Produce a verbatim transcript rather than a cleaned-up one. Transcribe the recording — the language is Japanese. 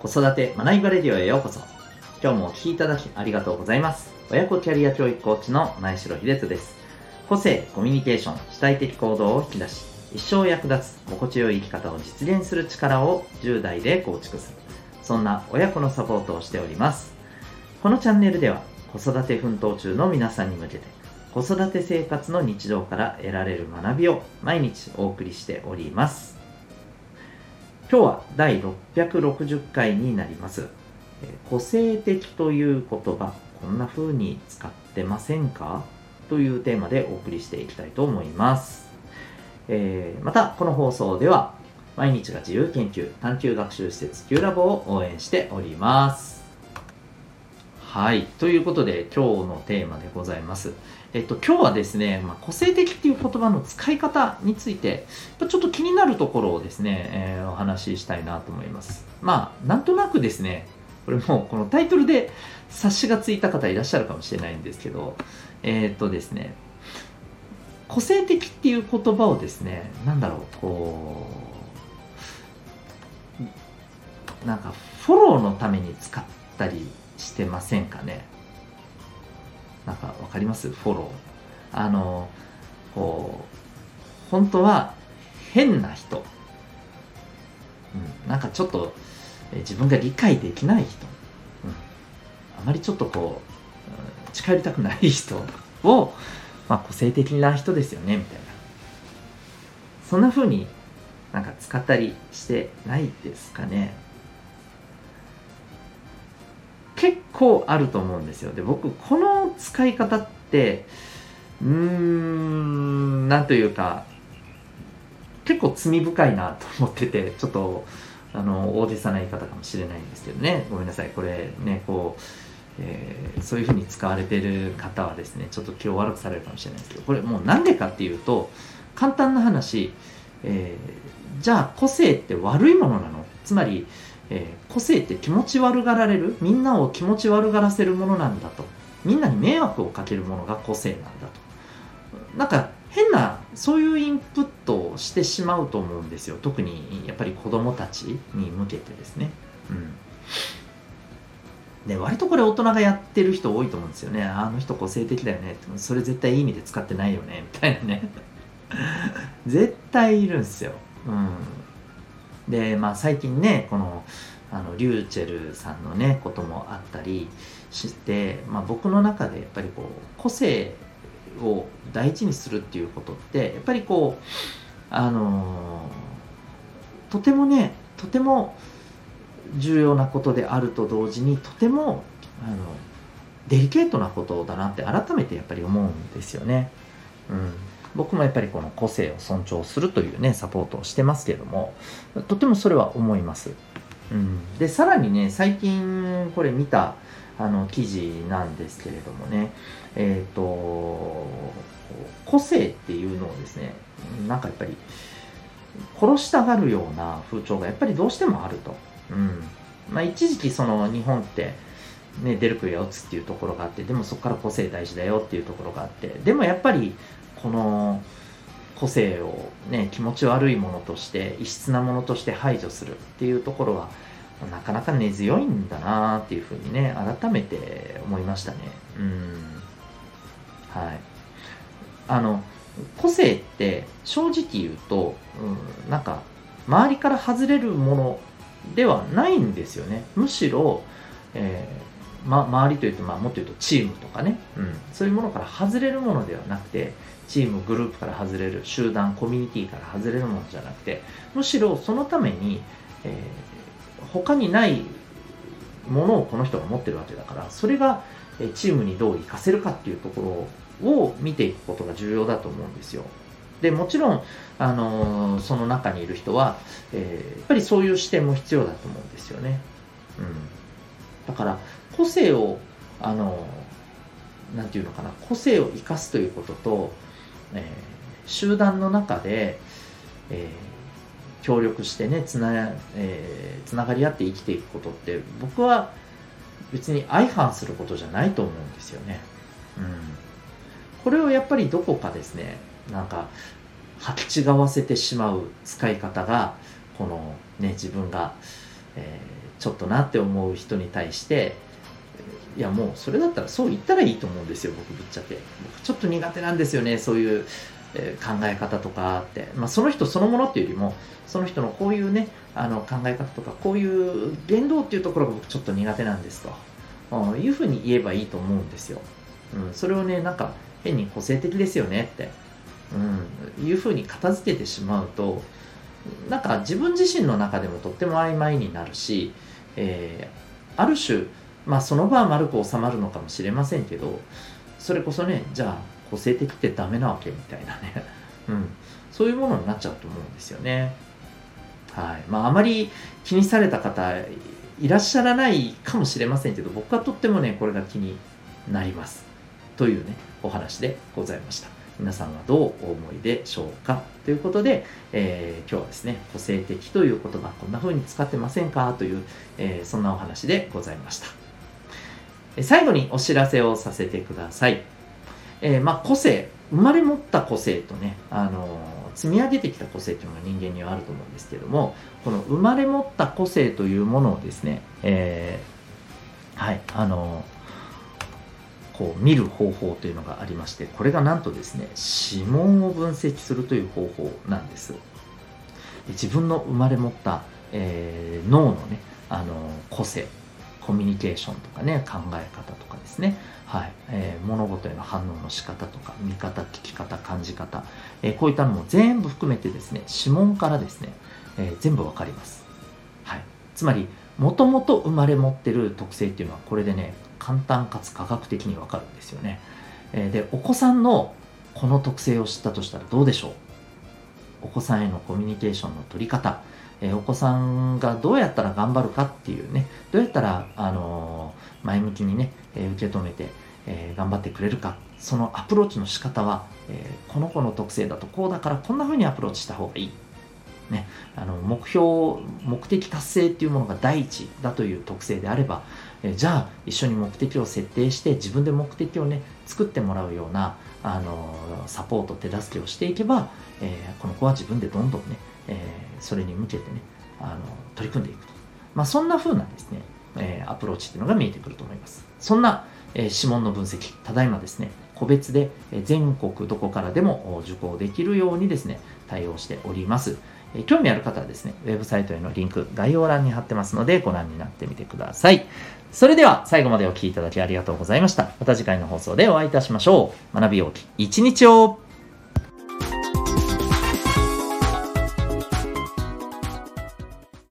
育て学びバレディオへようこそ。今日もお聞きいただきありがとうございます。親子キャリア教育コーチの前城秀人です。個性、コミュニケーション、主体的行動を引き出し、一生役立つ心地よい生き方を実現する力をじゅう代で構築する、そんな親子のサポートをしております。このチャンネルでは子育て奮闘中の皆さんに向けて、子育て生活の日常から得られる学びを毎日お送りしております。今日はだいろっぴゃくろくじゅっかいになります。個性的という言葉、こんな風に使ってませんかというテーマでお送りしていきたいと思います。えー、またこの放送では毎日が自由研究探究学習施設 Q ラボを応援しております。はい、ということで今日のテーマでございます。えっと今日はですね、まあ、個性的っていう言葉の使い方についてちょっと気になるところをですね、えー、お話ししたいなと思います。まあなんとなくですね、これもこのタイトルで察しがついた方いらっしゃるかもしれないんですけど、えー、っとですね個性的っていう言葉をですね、なんだろう、こうなんかフォローのために使ったりしてませんかね。なんかわかります？フォロー。あのこう本当は変な人、うん、なんかちょっと自分が理解できない人、うん、あまりちょっとこう近寄りたくない人を、まあ、個性的な人ですよねみたいな、そんな風になんか使ったりしてないですかね。結構あると思うんですよ。で、僕この使い方ってうーんなんというか結構罪深いなと思ってて、ちょっとあの大げさな言い方かもしれないんですけどね、ごめんなさい。これねこう、えー、そういう風に使われている方はですね、ちょっと気を悪くされるかもしれないですけど、これもうなんでかっていうと、簡単な話、えー、じゃあ個性って悪いものなの？つまりえー、個性って気持ち悪がられる、みんなを気持ち悪がらせるものなんだと、みんなに迷惑をかけるものが個性なんだと、なんか変なそういうインプットをしてしまうと思うんですよ。特にやっぱり子供たちに向けてですね、うん、で割とこれ大人がやってる人多いと思うんですよね。あの人個性的だよね、それ絶対いい意味で使ってないよねみたいなね絶対いるんですよ。うんで、まあ、最近ねこのあのリューチェルさんのねこともあったりして、まあ、僕の中でやっぱりこう個性を大事にするっていうことってやっぱりこうあのー、とてもねとても重要なことであると同時にとてもあのデリケートなことだなって改めてやっぱり思うんですよね。うん僕もやっぱりこの個性を尊重するというねサポートをしてますけれども、とてもそれは思います。うん、でさらにね最近これ見たあの記事なんですけれどもね、えっ、ー、と個性っていうのをですね、なんかやっぱり殺したがるような風潮がやっぱりどうしてもあると。うんまあ、一時期その日本ってね、出る杭は打つっていうところがあって、でもそこから個性大事だよっていうところがあって、でもやっぱりこの個性をね気持ち悪いものとして異質なものとして排除するっていうところはなかなか根強いんだなっていうふうにね改めて思いましたね。うんはいあの個性って正直言うと、うん、なんか周りから外れるものではないんですよね。むしろ、えーま、周りというと、まあ、もっと言うとチームとかね、うん、そういうものから外れるものではなくて、チームグループから外れる、集団コミュニティから外れるものじゃなくて、むしろそのために、えー、他にないものをこの人が持ってるわけだから、それがチームにどう活かせるかっていうところを見ていくことが重要だと思うんですよ。でもちろん、あのー、その中にいる人は、えー、やっぱりそういう視点も必要だと思うんですよね。うん、だから個性をあのー、なんていうのかな個性を生かすということと、えー、集団の中で、えー、協力してねつな、えー、つながり合って生きていくことって僕は別に相反することじゃないと思うんですよね。うん、これをやっぱりどこかですねなんか履き違わせてしまう使い方がこのね自分が、えー、 ちょっとなって思う人に対していやもうそれだったらそう言ったらいいと思うんですよ。僕ぶっちゃけ僕ちょっと苦手なんですよね、そういう、えー、考え方とかって、まあ、その人そのものっていうよりもその人のこういうねあの考え方とかこういう言動っていうところが僕ちょっと苦手なんですと、うん、いうふうに言えばいいと思うんですよ、うん、それをねなんか変に個性的ですよねって、うん、いうふうに片付けてしまうとなんか自分自身の中でもとっても曖昧になるし、えー、ある種まあその場は丸く収まるのかもしれませんけど、それこそねじゃあ個性的ってダメなわけみたいなね、うん、そういうものになっちゃうと思うんですよね。はい、まああまり気にされた方いらっしゃらないかもしれませんけど、僕はとってもねこれが気になりますというねお話でございました。皆さんはどうお思いでしょうかということで、えー、今日はですね個性的という言葉こんな風に使ってませんかという、えー、そんなお話でございました。最後にお知らせをさせてください。えー、まあ個性、生まれ持った個性とね、あのー、積み上げてきた個性というのが人間にはあると思うんですけれども、この生まれ持った個性というものをですね、えー、はい、あのー、こう見る方法というのがありまして、これがなんとですね、指紋を分析するという方法なんです。自分の生まれ持った、えー、脳のね、あのー、個性、コミュニケーションとかね考え方とかですね、はいえー、物事への反応の仕方とか見方聞き方感じ方、えー、こういったのも全部含めてですね指紋からですね、えー、全部わかります、はい、つまりもともと生まれ持ってる特性っていうのはこれでね簡単かつ科学的にわかるんですよね、えー、でお子さんのこの特性を知ったとしたらどうでしょう。お子さんへのコミュニケーションの取り方、えー、お子さんがどうやったら頑張るかっていうね、どうやったら、あのー、前向きにね、えー、受け止めて、えー、頑張ってくれるか、そのアプローチの仕方は、えー、この子の特性だとこうだからこんな風にアプローチした方がいい。ね、あの目標、目的達成っていうものが第一だという特性であれば、えー、じゃあ一緒に目的を設定して自分で目的をね作ってもらうような、あのー、サポート手助けをしていけば、えー、この子は自分でどんどんね、えー、それに向けてねあの取り組んでいくと、まあ、そんな風なですね、えー、アプローチっていうのが見えてくると思います。そんな、えー、指紋の分析、ただいまですね個別で全国どこからでも受講できるようにですね対応しております。興味ある方はですね、ウェブサイトへのリンク概要欄に貼ってますのでご覧になってみてください。それでは最後までお聞きいただきありがとうございました。また次回の放送でお会いいたしましょう。学びようき一日を。